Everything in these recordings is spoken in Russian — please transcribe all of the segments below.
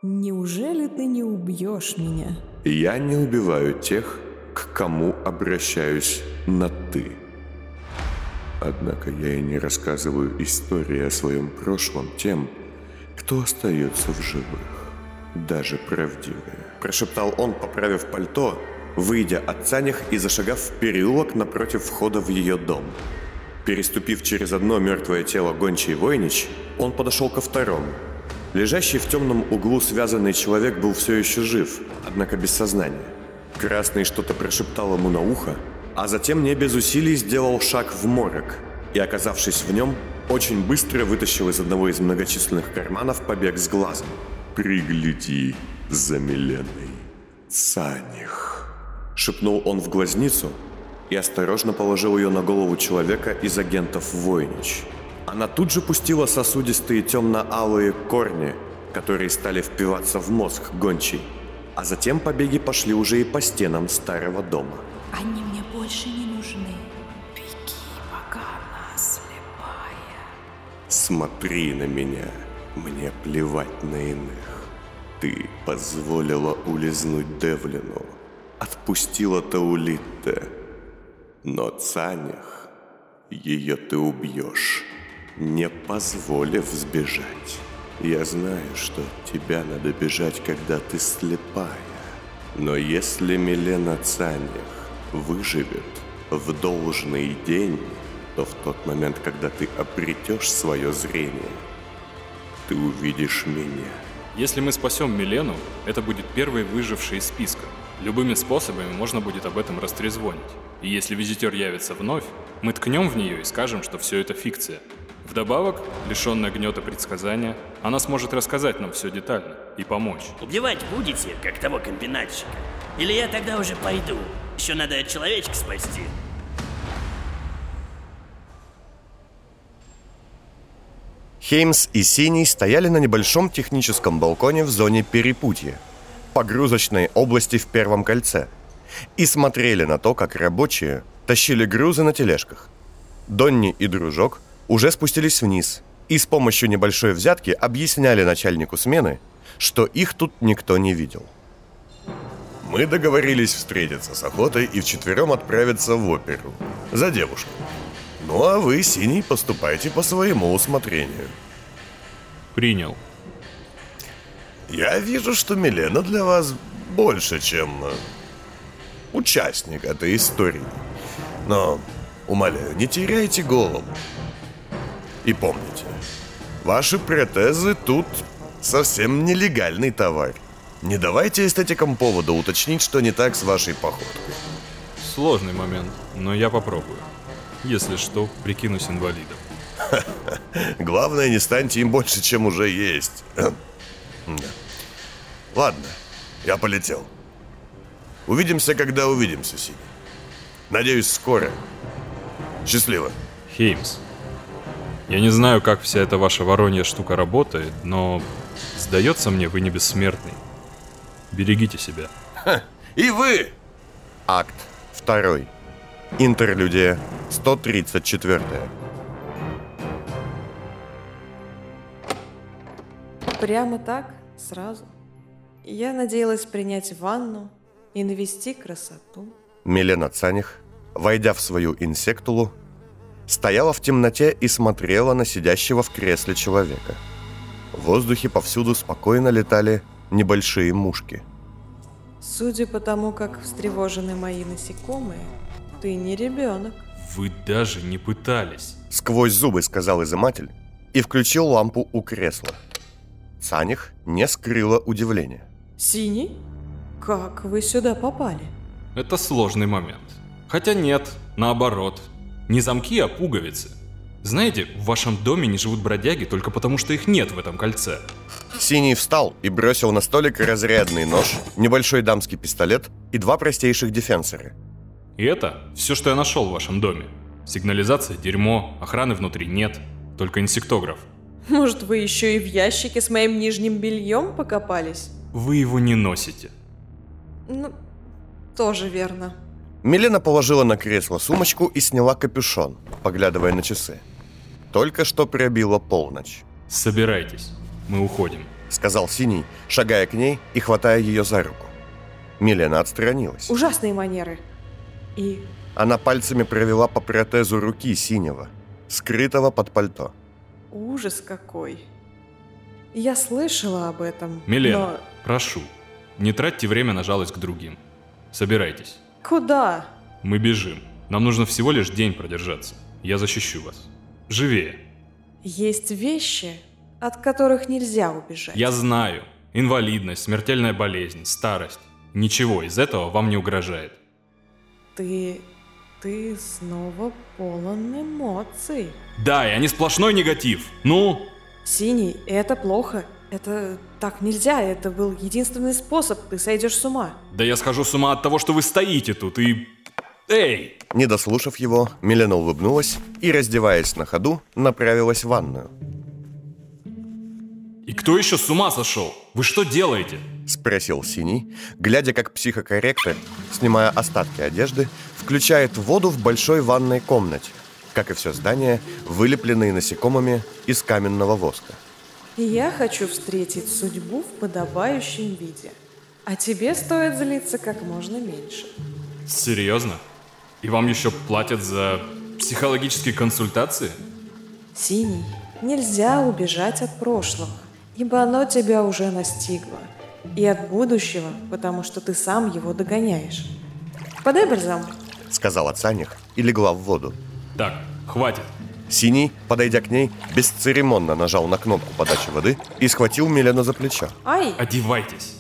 Неужели ты не убьешь меня? Я не убиваю тех, к кому обращаюсь на «ты». Однако я и не рассказываю истории о своем прошлом тем, кто остается в живых, даже правдивые. Прошептал он, поправив пальто, выйдя от Цанях и зашагав в переулок напротив входа в ее дом. Переступив через одно мертвое тело гончей Войнич, он подошел ко второму. Лежащий в темном углу связанный человек был все еще жив, однако без сознания. Красный что-то прошептал ему на ухо, а затем не без усилий сделал шаг в морок и, оказавшись в нем, очень быстро вытащил из одного из многочисленных карманов побег с глазом. «Пригляди за Миленой, Цаних», — шепнул он в глазницу и осторожно положил ее на голову человека из агентов Войнич. Она тут же пустила сосудистые темно-алые корни, которые стали впиваться в мозг гончей, а затем побеги пошли уже и по стенам старого дома. Они мне больше не нужны. Беги, пока она слепая. Смотри на меня, мне плевать на иных. Ты позволила улизнуть Девлину, отпустила Таулитте, но Цанях, ее ты убьешь, не позволив сбежать. Я знаю, что от тебя надо бежать, когда ты слепая. Но если Милена Цанях выживет в должный день, то в тот момент, когда ты обретешь свое зрение, ты увидишь меня. Если мы спасем Милену, это будет первый выживший из списка. Любыми способами можно будет об этом растрезвонить. И если визитер явится вновь, мы ткнем в нее и скажем, что все это фикция. Вдобавок, лишенная гнета предсказания, она сможет рассказать нам все детально и помочь. Убивать будете, как того комбинатчика? Или я тогда уже пойду? Еще надо человечка спасти. Хеймс и Синий стояли на небольшом техническом балконе в зоне перепутья, погрузочной области в Первом кольце, и смотрели на то, как рабочие тащили грузы на тележках. Донни и Дружок уже спустились вниз и с помощью небольшой взятки объясняли начальнику смены, что их тут никто не видел. Мы договорились встретиться с Охотой и вчетвером отправиться в оперу за девушку. Ну а вы, Синий, поступайте по своему усмотрению. Принял. Я вижу, что Милена для вас больше, чем участник этой истории. Но, умоляю, не теряйте голову. И помните, ваши протезы тут совсем нелегальный товар. Не давайте эстетикам повода уточнить, что не так с вашей походкой. Сложный момент, но я попробую. Если что, прикинусь инвалидом. Главное, не станьте им больше, чем уже есть. Да. Ладно, я полетел. Увидимся, когда увидимся, Синий. Надеюсь, скоро. Счастливо. Хеймс, я не знаю, как вся эта ваша воронья штука работает, но сдается мне, вы не бессмертный. Берегите себя. И вы! Акт 2. Интерлюдия 134. Прямо так, сразу. Я надеялась принять ванну и навести красоту. Милена Цаних, войдя в свою инсектулу, стояла в темноте и смотрела на сидящего в кресле человека. В воздухе повсюду спокойно летали небольшие мушки. Судя по тому, как встревожены мои насекомые, ты не ребенок. Вы даже не пытались. Сквозь зубы сказал изыматель и включил лампу у кресла. Цаних не скрыла удивления. Синий? Как вы сюда попали? Это сложный момент. Хотя нет, наоборот. Не замки, а пуговицы. Знаете, в вашем доме не живут бродяги только потому, что их нет в этом кольце. Синий встал и бросил на столик разрядный нож, небольшой дамский пистолет и 2 простейших дефенсора. И это все, что я нашел в вашем доме. Сигнализация – дерьмо, охраны внутри нет, только инсектограф. Может, вы еще и в ящике с моим нижним бельем покопались? Вы его не носите. Ну, тоже верно. Милена положила на кресло сумочку и сняла капюшон, поглядывая на часы. Только что пробила полночь. Собирайтесь, мы уходим. сказал Синий, шагая к ней и хватая ее за руку. Милена отстранилась. Ужасные манеры. И Она пальцами провела по протезу руки Синего, скрытого под пальто. ужас какой. Я слышала об этом, Милена, но... прошу, не тратьте время на жалость к другим. Собирайтесь. Куда? Мы бежим. Нам нужно всего лишь день продержаться. Я защищу вас. Живее. Есть вещи, от которых нельзя убежать. Я знаю. Инвалидность, смертельная болезнь, старость. Ничего из этого вам не угрожает. Ты снова полон эмоций. Да, и они сплошной негатив. Ну? Синий, это плохо. Это так нельзя, это был единственный способ, ты сойдешь с ума. Да я схожу с ума от того, что вы стоите тут и... Эй! Не дослушав его, Милена улыбнулась и, раздеваясь на ходу, направилась в ванную. И кто еще с ума сошел? Вы что делаете? Спросил Синий, глядя, как психокорректор, снимая остатки одежды, включает воду в большой ванной комнате, как и все здание, вылепленные насекомыми из каменного воска. Я хочу встретить судьбу в подобающем виде. А тебе стоит злиться как можно меньше. Серьезно? И вам еще платят за психологические консультации? Синий, нельзя убежать от прошлого, ибо оно тебя уже настигло. И от будущего, потому что ты сам его догоняешь. Подай бальзам. Сказала Цаних и легла в воду. Так, хватит. Синий, подойдя к ней, бесцеремонно нажал на кнопку подачи воды и схватил Милену за плечо. Ай! Одевайтесь.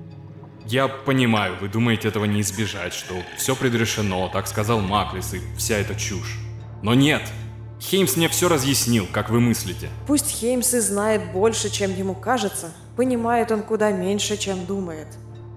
Я понимаю, вы думаете этого не избежать, что все предрешено, так сказал Маклис и вся эта чушь. Но нет! Хеймс мне все разъяснил, как вы мыслите. Пусть Хеймс и знает больше, чем ему кажется, понимает он куда меньше, чем думает.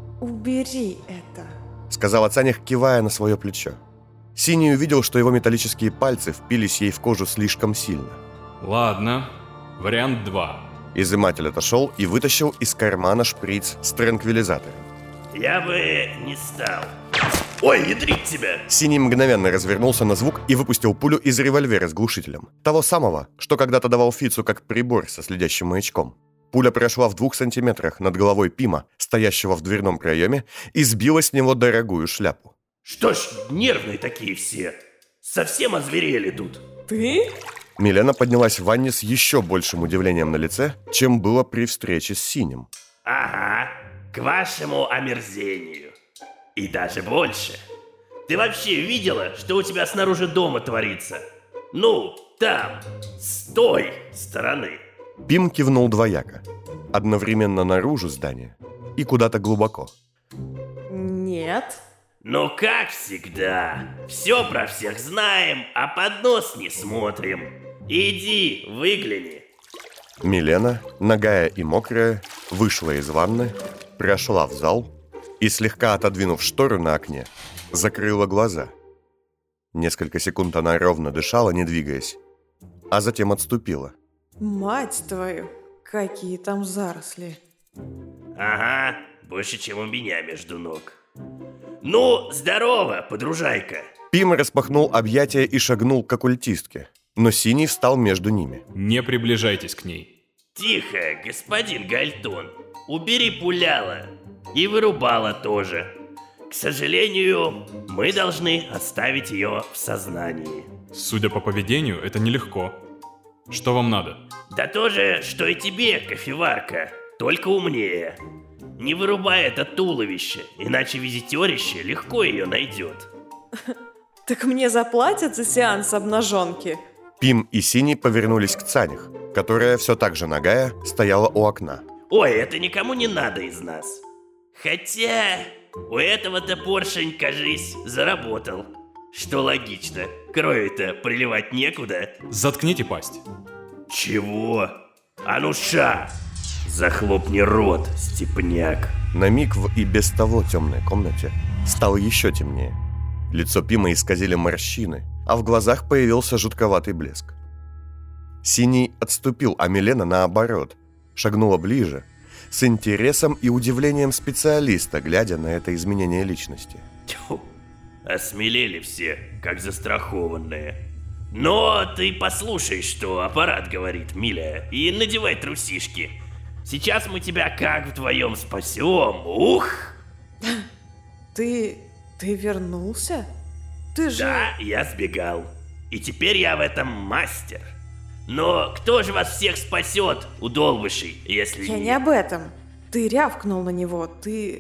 Убери это. Сказала Цаних, кивая на свое плечо. Синий увидел, что его металлические пальцы впились ей в кожу слишком сильно. Ладно, вариант 2. Изыматель отошел и вытащил из кармана шприц с транквилизатором. Я бы не стал. Ой, ядрить тебя! Синий мгновенно развернулся на звук и выпустил пулю из револьвера с глушителем. Того самого, что когда-то давал Фицу как прибор со следящим маячком. Пуля прошла в 2 сантиметрах над головой Пима, стоящего в дверном проеме, и сбила с него дорогую шляпу. Что ж, нервные такие все. Совсем озверели тут. Ты? Милена поднялась в ванне с еще большим удивлением на лице, чем было при встрече с Синим. Ага, к вашему омерзению. И даже больше. Ты вообще видела, что у тебя снаружи дома творится? Ну, там, с той стороны. Пим кивнул двояко. Одновременно наружу здания и куда-то глубоко. Нет. Ну, как всегда, все про всех знаем, а под нос не смотрим. Иди, выгляни. Милена, нагая и мокрая, вышла из ванны, прошла в зал и, слегка отодвинув штору на окне, закрыла глаза. Несколько секунд она ровно дышала, не двигаясь, а затем отступила. Мать твою, какие там заросли. Ага, больше, чем у меня между ног. Ну, здорово, подружайка. Пим распахнул объятия и шагнул к оккультистке, но Синий встал между ними. Не приближайтесь к ней. Тихо, господин Гальтон. Убери пуляла. И вырубала тоже. К сожалению, мы должны оставить ее в сознании. Судя по поведению, это нелегко. Что вам надо? Да то же, что и тебе, кофеварка, только умнее. Не вырубай это туловище, иначе визитерище легко ее найдет. Так мне заплатят за сеанс обнаженки? Пим и Синий повернулись к Цаних, которая все так же нагая стояла у окна. Ой, это никому не надо из нас. Хотя, у этого-то поршень, кажись, заработал. Что логично, крови-то приливать некуда. Заткните пасть. Чего? А ну ша! Захлопни рот, степняк. На миг в и без того темной комнате стало еще темнее. Лицо Пима исказили морщины, а в глазах появился жутковатый блеск. Синий отступил, а Милена, наоборот, шагнула ближе, с интересом и удивлением специалиста, глядя на это изменение личности. Тьфу, осмелели все, как застрахованные. Но ты послушай, что аппарат говорит, миля, и надевай трусишки. Сейчас мы тебя как вдвоем спасем. Ух! Ты вернулся? Ты же... Да, я сбегал. И теперь я в этом мастер. Но кто же вас всех спасет, удолбышей, если... Я не об этом. Ты рявкнул на него.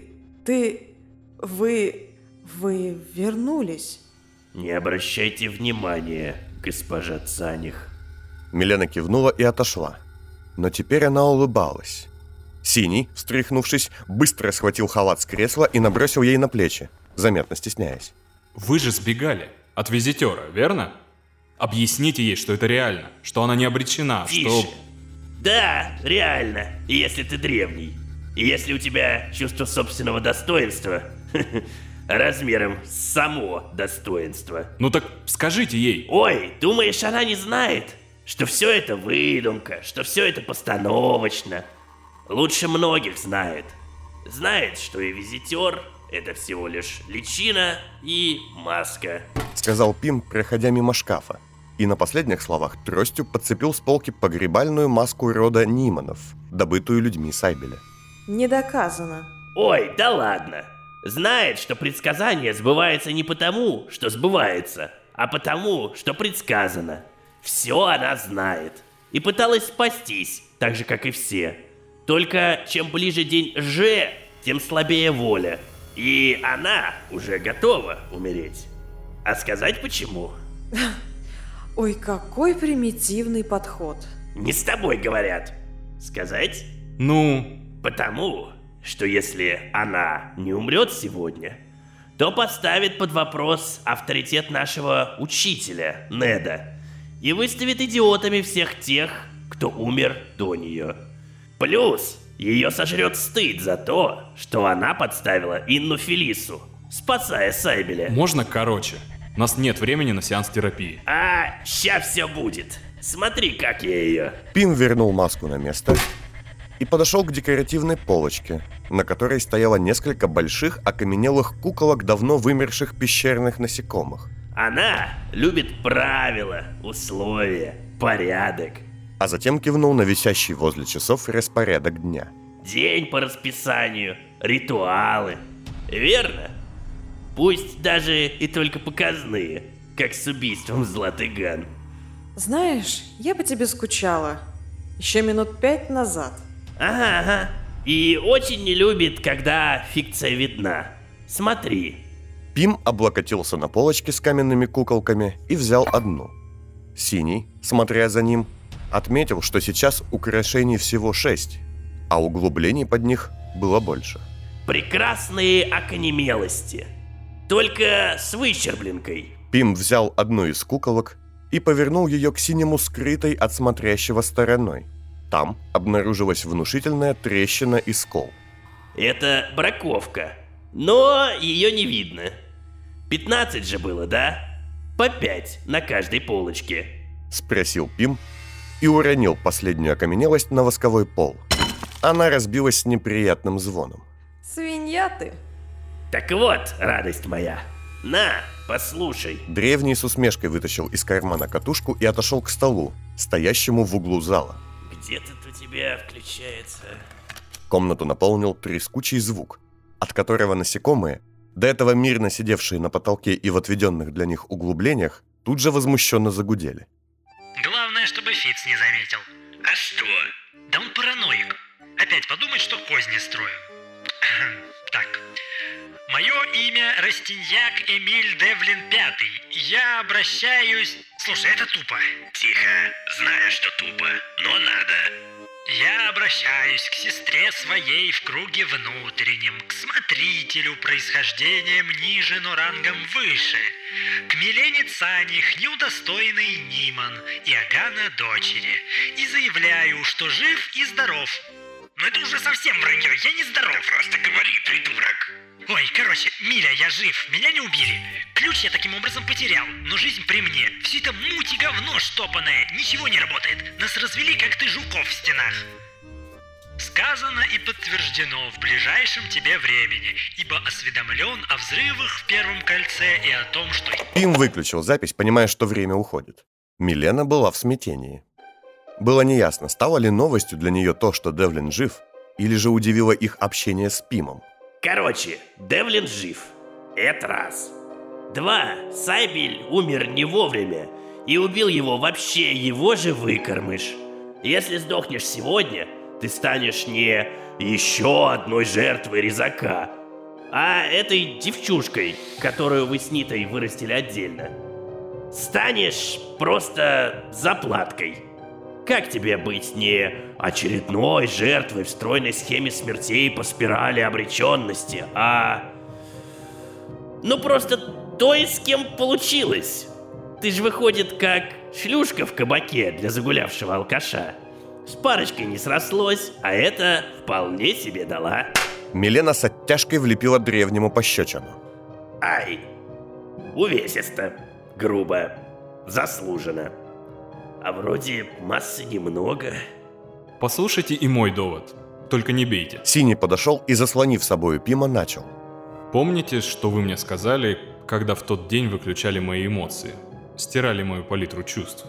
Вы вернулись. Не обращайте внимания, госпожа Цаних. Милена кивнула и отошла. Но теперь она улыбалась. Синий, встряхнувшись, быстро схватил халат с кресла и набросил ей на плечи, заметно стесняясь. Вы же сбегали от визитера, верно? Объясните ей, что это реально, что она не обречена, Тише. что... Да, реально, если ты древний. И если у тебя чувство собственного достоинства, размером с само достоинство. Ну так скажите ей. Ой, думаешь, она не знает, что все это выдумка, что все это постановочно? Лучше многих знает. Знает, что и визитер — это всего лишь личина и маска. Сказал Пим, проходя мимо шкафа. И на последних словах тростью подцепил с полки погребальную маску рода Ниманов, добытую людьми Сайбеля. Не доказано. Ой, да ладно. Знает, что предсказание сбывается не потому, что сбывается, а потому, что предсказано. Все она знает. И пыталась спастись, так же, как и все. Только чем ближе день Ж, тем слабее воля. И она уже готова умереть. А сказать почему? Ой, какой примитивный подход. Не с тобой говорят. Сказать? Ну... Потому, что если она не умрет сегодня, то поставит под вопрос авторитет нашего учителя, Неда, и выставит идиотами всех тех, кто умер до нее. Плюс ее сожрет стыд за то, что она подставила Инну Фелису, спасая Сайбеля. Можно короче? У нас нет времени на сеанс терапии. А, ща все будет. Смотри, как я ее. Пим вернул маску на место и подошел к декоративной полочке, на которой стояло несколько больших окаменелых куколок давно вымерших пещерных насекомых. Она любит правила, условия, порядок. А затем кивнул на висящий возле часов распорядок дня. День по расписанию, ритуалы. Верно? Пусть даже и только показные, как с убийством Златыган. Знаешь, я по тебе скучала. Еще минут 5 назад. Ага. И очень не любит, когда фикция видна. Смотри. Пим облокотился на полочке с каменными куколками и взял одну. Синий, смотря за ним, отметил, что сейчас украшений всего 6, а углублений под них было больше. Прекрасные окаменелости. Только с выщербленкой. Пим взял одну из куколок и повернул ее к синему скрытой от смотрящего стороной. Там обнаружилась внушительная трещина и скол. Это браковка, но ее не видно. 15 же было, да? По 5 на каждой полочке. Спросил Пим и уронил последнюю окаменелость на восковой пол. Она разбилась с неприятным звоном. Свинья ты. Так вот, радость моя. На, послушай. Древний с усмешкой вытащил из кармана катушку и отошел к столу, стоящему в углу зала. Где тут у тебя включается? Комнату наполнил трескучий звук, от которого насекомые, до этого мирно сидевшие на потолке и в отведенных для них углублениях, тут же возмущенно загудели. Главное, чтобы Фиц не заметил. А что? Да он параноик. Опять подумает, что козни строю. Так. Мое имя Растиньяк Эмиль Девлин Пятый. Я обращаюсь... Слушай, это тупо. Тихо. Знаю, что тупо, но надо. Я обращаюсь к сестре своей в круге внутреннем, к смотрителю происхождением ниже, но рангом выше, к Милене Цаних, неудостоенной Ниман, и Агана дочери, и заявляю, что жив и здоров. Но это уже совсем вранье, я не здоров. Просто говори, придурок. Ой, короче, Миля, я жив, меня не убили. Ключ я таким образом потерял, но жизнь при мне. Все это муть и говно штопанное, ничего не работает. Нас развели, как ты, жуков в стенах. Сказано и подтверждено в ближайшем тебе времени, ибо осведомлен о взрывах в Первом кольце и о том, что... Пим выключил запись, понимая, что время уходит. Милена была в смятении. Было неясно, стало ли новостью для нее то, что Девлин жив, или же удивило их общение с Пимом. Короче, Девлин жив. Это раз. 2. Сайбель умер не вовремя, и убил его вообще его же выкормыш. Если сдохнешь сегодня, ты станешь не еще одной жертвой резака, а этой девчушкой, которую вы с Нитой вырастили отдельно. Станешь просто заплаткой. Как тебе быть не очередной жертвой в стройной схеме смертей по спирали обреченности, а... Ну просто той, с кем получилось. Ты же выходит как шлюшка в кабаке для загулявшего алкаша. С парочкой не срослось, а это вполне себе дала. Милена с оттяжкой влепила древнему пощечину. Ай, увесисто, грубо, заслуженно. А вроде массы немного. Послушайте и мой довод, только не бейте. Синий подошел и, заслонив собою Пима, начал. Помните, что вы мне сказали, когда в тот день выключали мои эмоции? Стирали мою палитру чувств?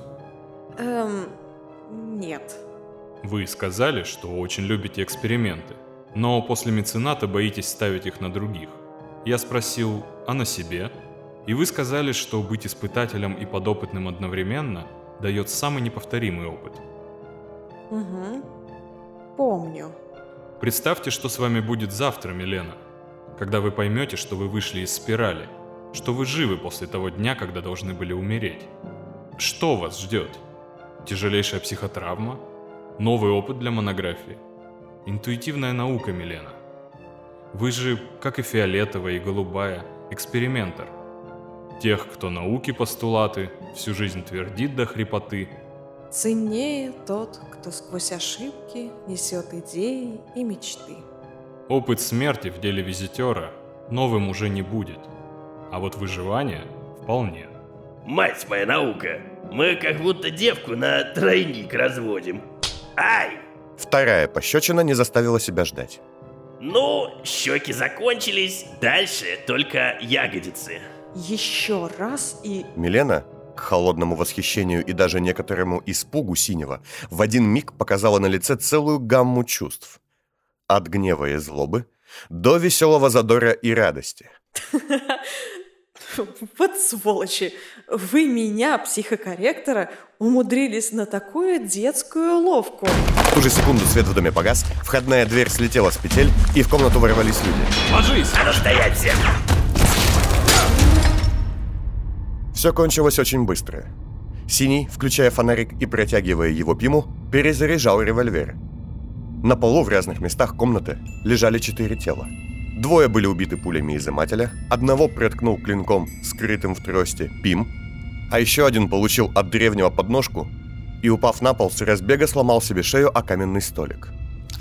Нет. Вы сказали, что очень любите эксперименты, но после мецената боитесь ставить их на других. Я спросил, а на себе? И вы сказали, что быть испытателем и подопытным одновременно дает самый неповторимый опыт. Угу. Помню. Представьте, что с вами будет завтра, Милена, когда вы поймете, что вы вышли из спирали, что вы живы после того дня, когда должны были умереть. Что вас ждет? Тяжелейшая психотравма? Новый опыт для монографии? Интуитивная наука, Милена. Вы же, как и фиолетовая и голубая, экспериментор. Тех, кто науки постулаты, всю жизнь твердит до хрипоты. Ценнее тот, кто сквозь ошибки несет идеи и мечты. Опыт смерти в деле визитера новым уже не будет, а вот выживание вполне. Мать моя наука, мы как будто девку на тройник разводим. Ай! Вторая пощечина не заставила себя ждать. Ну, щеки закончились, дальше только ягодицы. Еще раз и... Милена, к холодному восхищению и даже некоторому испугу Синего, в один миг показала на лице целую гамму чувств. От гнева и злобы до веселого задора и радости. Вот сволочи! Вы меня, психокорректора, умудрились на такую детскую уловку. В ту же секунду свет в доме погас, входная дверь слетела с петель, и в комнату ворвались люди. Ложись! А ну стоять всем! Все кончилось очень быстро. Синий, включая фонарик и протягивая его Пиму, перезаряжал револьвер. На полу в разных местах комнаты лежали 4 тела. 2 были убиты пулями изымателя, одного проткнул клинком, скрытым в трости, Пим, а еще один получил от древнего подножку и, упав на пол, с разбега сломал себе шею о каменный столик.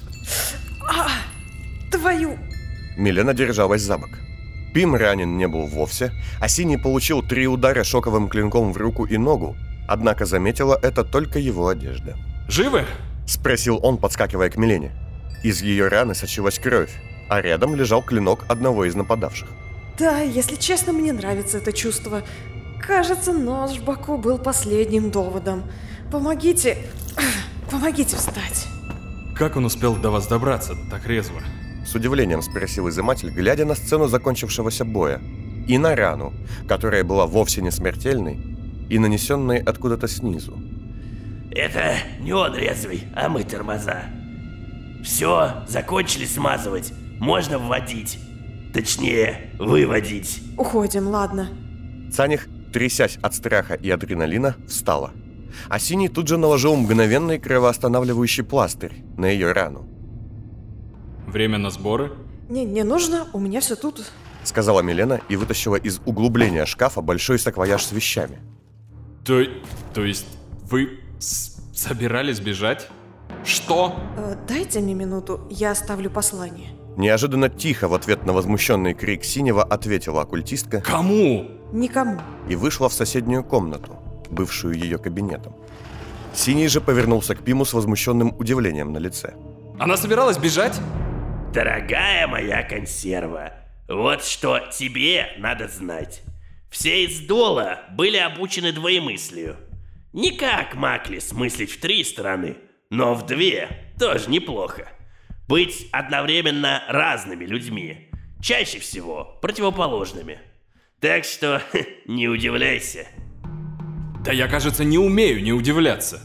Твою... Милена держалась за бок. Пим ранен не был вовсе, а Синий получил 3 удара шоковым клинком в руку и ногу, однако заметила это только его одежда. Живы? Спросил он, подскакивая к Милене. Из ее раны сочилась кровь, а рядом лежал клинок одного из нападавших. Да, если честно, мне нравится это чувство. Кажется, нож в боку был последним доводом. Помогите... Помогите встать. Как он успел до вас добраться так резво? С удивлением спросил изыматель, глядя на сцену закончившегося боя. И на рану, которая была вовсе не смертельной и нанесенной откуда-то снизу. Это не он резвый, а мы тормоза. Все, закончили смазывать. Можно вводить. Точнее, выводить. Уходим, ладно. Цаних, трясясь от страха и адреналина, встала. А Синий тут же наложил мгновенный кровоостанавливающий пластырь на ее рану. Время на сборы? Не нужно, у меня все тут. Сказала Милена и вытащила из углубления шкафа большой саквояж с вещами. То есть вы собирались бежать? Что? Дайте мне минуту, я оставлю послание. Неожиданно тихо в ответ на возмущенный крик Синего ответила оккультистка. Кому? Никому. И вышла в соседнюю комнату, бывшую ее кабинетом. Синий же повернулся к Пиму с возмущенным удивлением на лице. Она собиралась бежать? Дорогая моя консерва, вот что тебе надо знать. Все из Дола были обучены двоемыслию. Не как Маклис мыслить в 3 стороны, но в 2 тоже неплохо. Быть одновременно разными людьми, чаще всего противоположными. Так что не удивляйся. Да я, кажется, не умею не удивляться.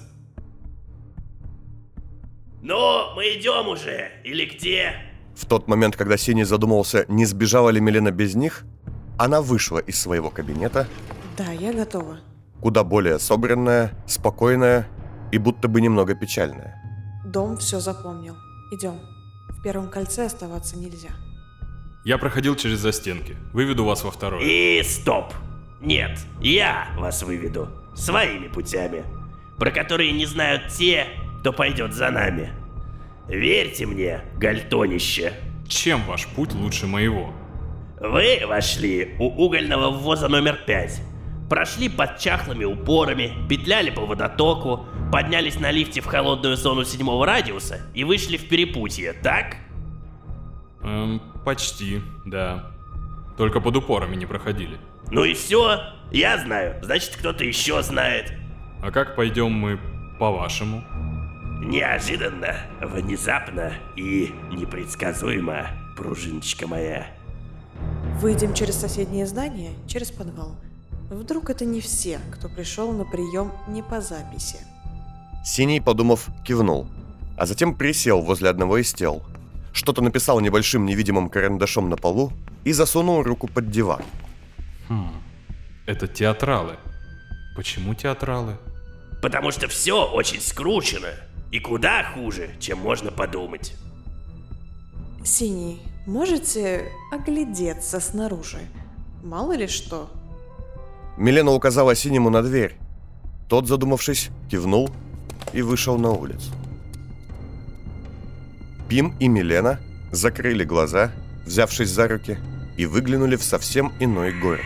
Ну, мы идем уже, или где? В тот момент, когда Синий задумался, не сбежала ли Милена без них, она вышла из своего кабинета, Да, я готова. куда более собранная, спокойная и будто бы немного печальная. Дом все запомнил. Идем. В первом кольце оставаться нельзя. Я проходил через застенки. Выведу вас во второе. И стоп. Нет, я вас выведу. Своими путями. Про которые не знают те, кто пойдет за нами. Верьте мне, гальтонище. Чем ваш путь лучше моего? Вы вошли у угольного ввоза номер 5. Прошли под чахлыми упорами, петляли по водотоку, поднялись на лифте в холодную зону 7-го радиуса и вышли в перепутье, так? Почти, да. Только под упорами не проходили. Ну и все, я знаю, значит кто-то еще знает. А как пойдем мы, по-вашему? Неожиданно, внезапно и непредсказуемо, пружиночка моя. Выйдем через соседнее здание, через подвал. Вдруг это не все, кто пришел на прием не по записи. Синий, подумав, кивнул, а затем присел возле одного из тел, что-то написал небольшим невидимым карандашом на полу и засунул руку под диван. Это театралы. Почему театралы? Потому что все очень скручено и куда хуже, чем можно подумать. Синий, можете оглядеться снаружи? Мало ли что. Милена указала Синему на дверь. Тот, задумавшись, кивнул и вышел на улицу. Пим и Милена закрыли глаза, взявшись за руки, и выглянули в совсем иной город.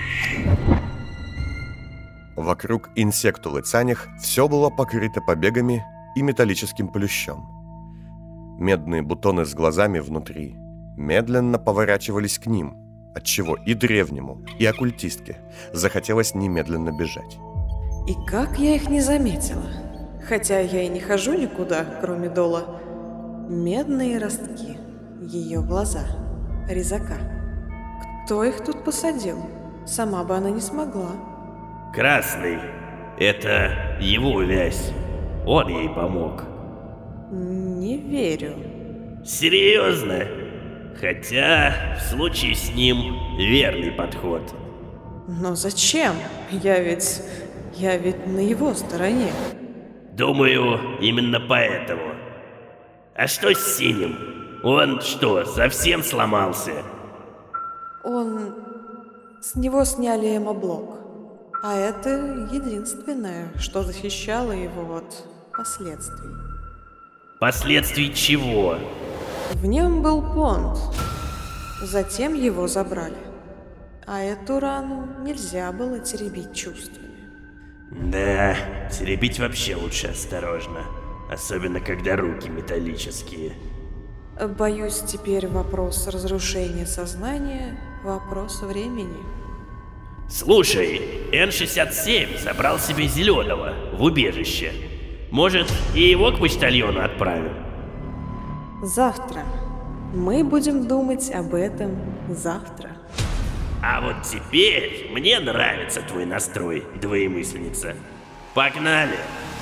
Вокруг инсектулы Цаних все было покрыто побегами и металлическим плющом. Медные бутоны с глазами внутри медленно поворачивались к ним, отчего и древнему, и оккультистке захотелось немедленно бежать. И как я их не заметила. Хотя я и не хожу никуда, кроме Дола. Медные ростки, ее глаза, резака. Кто их тут посадил? Сама бы она не смогла. Красный — это его вязь. Он ей помог. Не верю. Серьезно? Хотя в случае с ним верный подход. Но зачем? Я ведь на его стороне. Думаю, именно поэтому. А что с Синим? Он что, совсем сломался? С него сняли эмоблок. А это единственное, что защищало его от последствий. Последствий чего? В нем был понт. Затем его забрали. А эту рану нельзя было теребить чувствами. Да, теребить вообще лучше осторожно. Особенно, когда руки металлические. Боюсь, теперь вопрос разрушения сознания – вопрос времени. Слушай, Н-67 забрал себе Зеленого в убежище. Может, и его к почтальону отправим? Завтра. Мы будем думать об этом завтра. А вот теперь мне нравится твой настрой, двоемысленница. Погнали!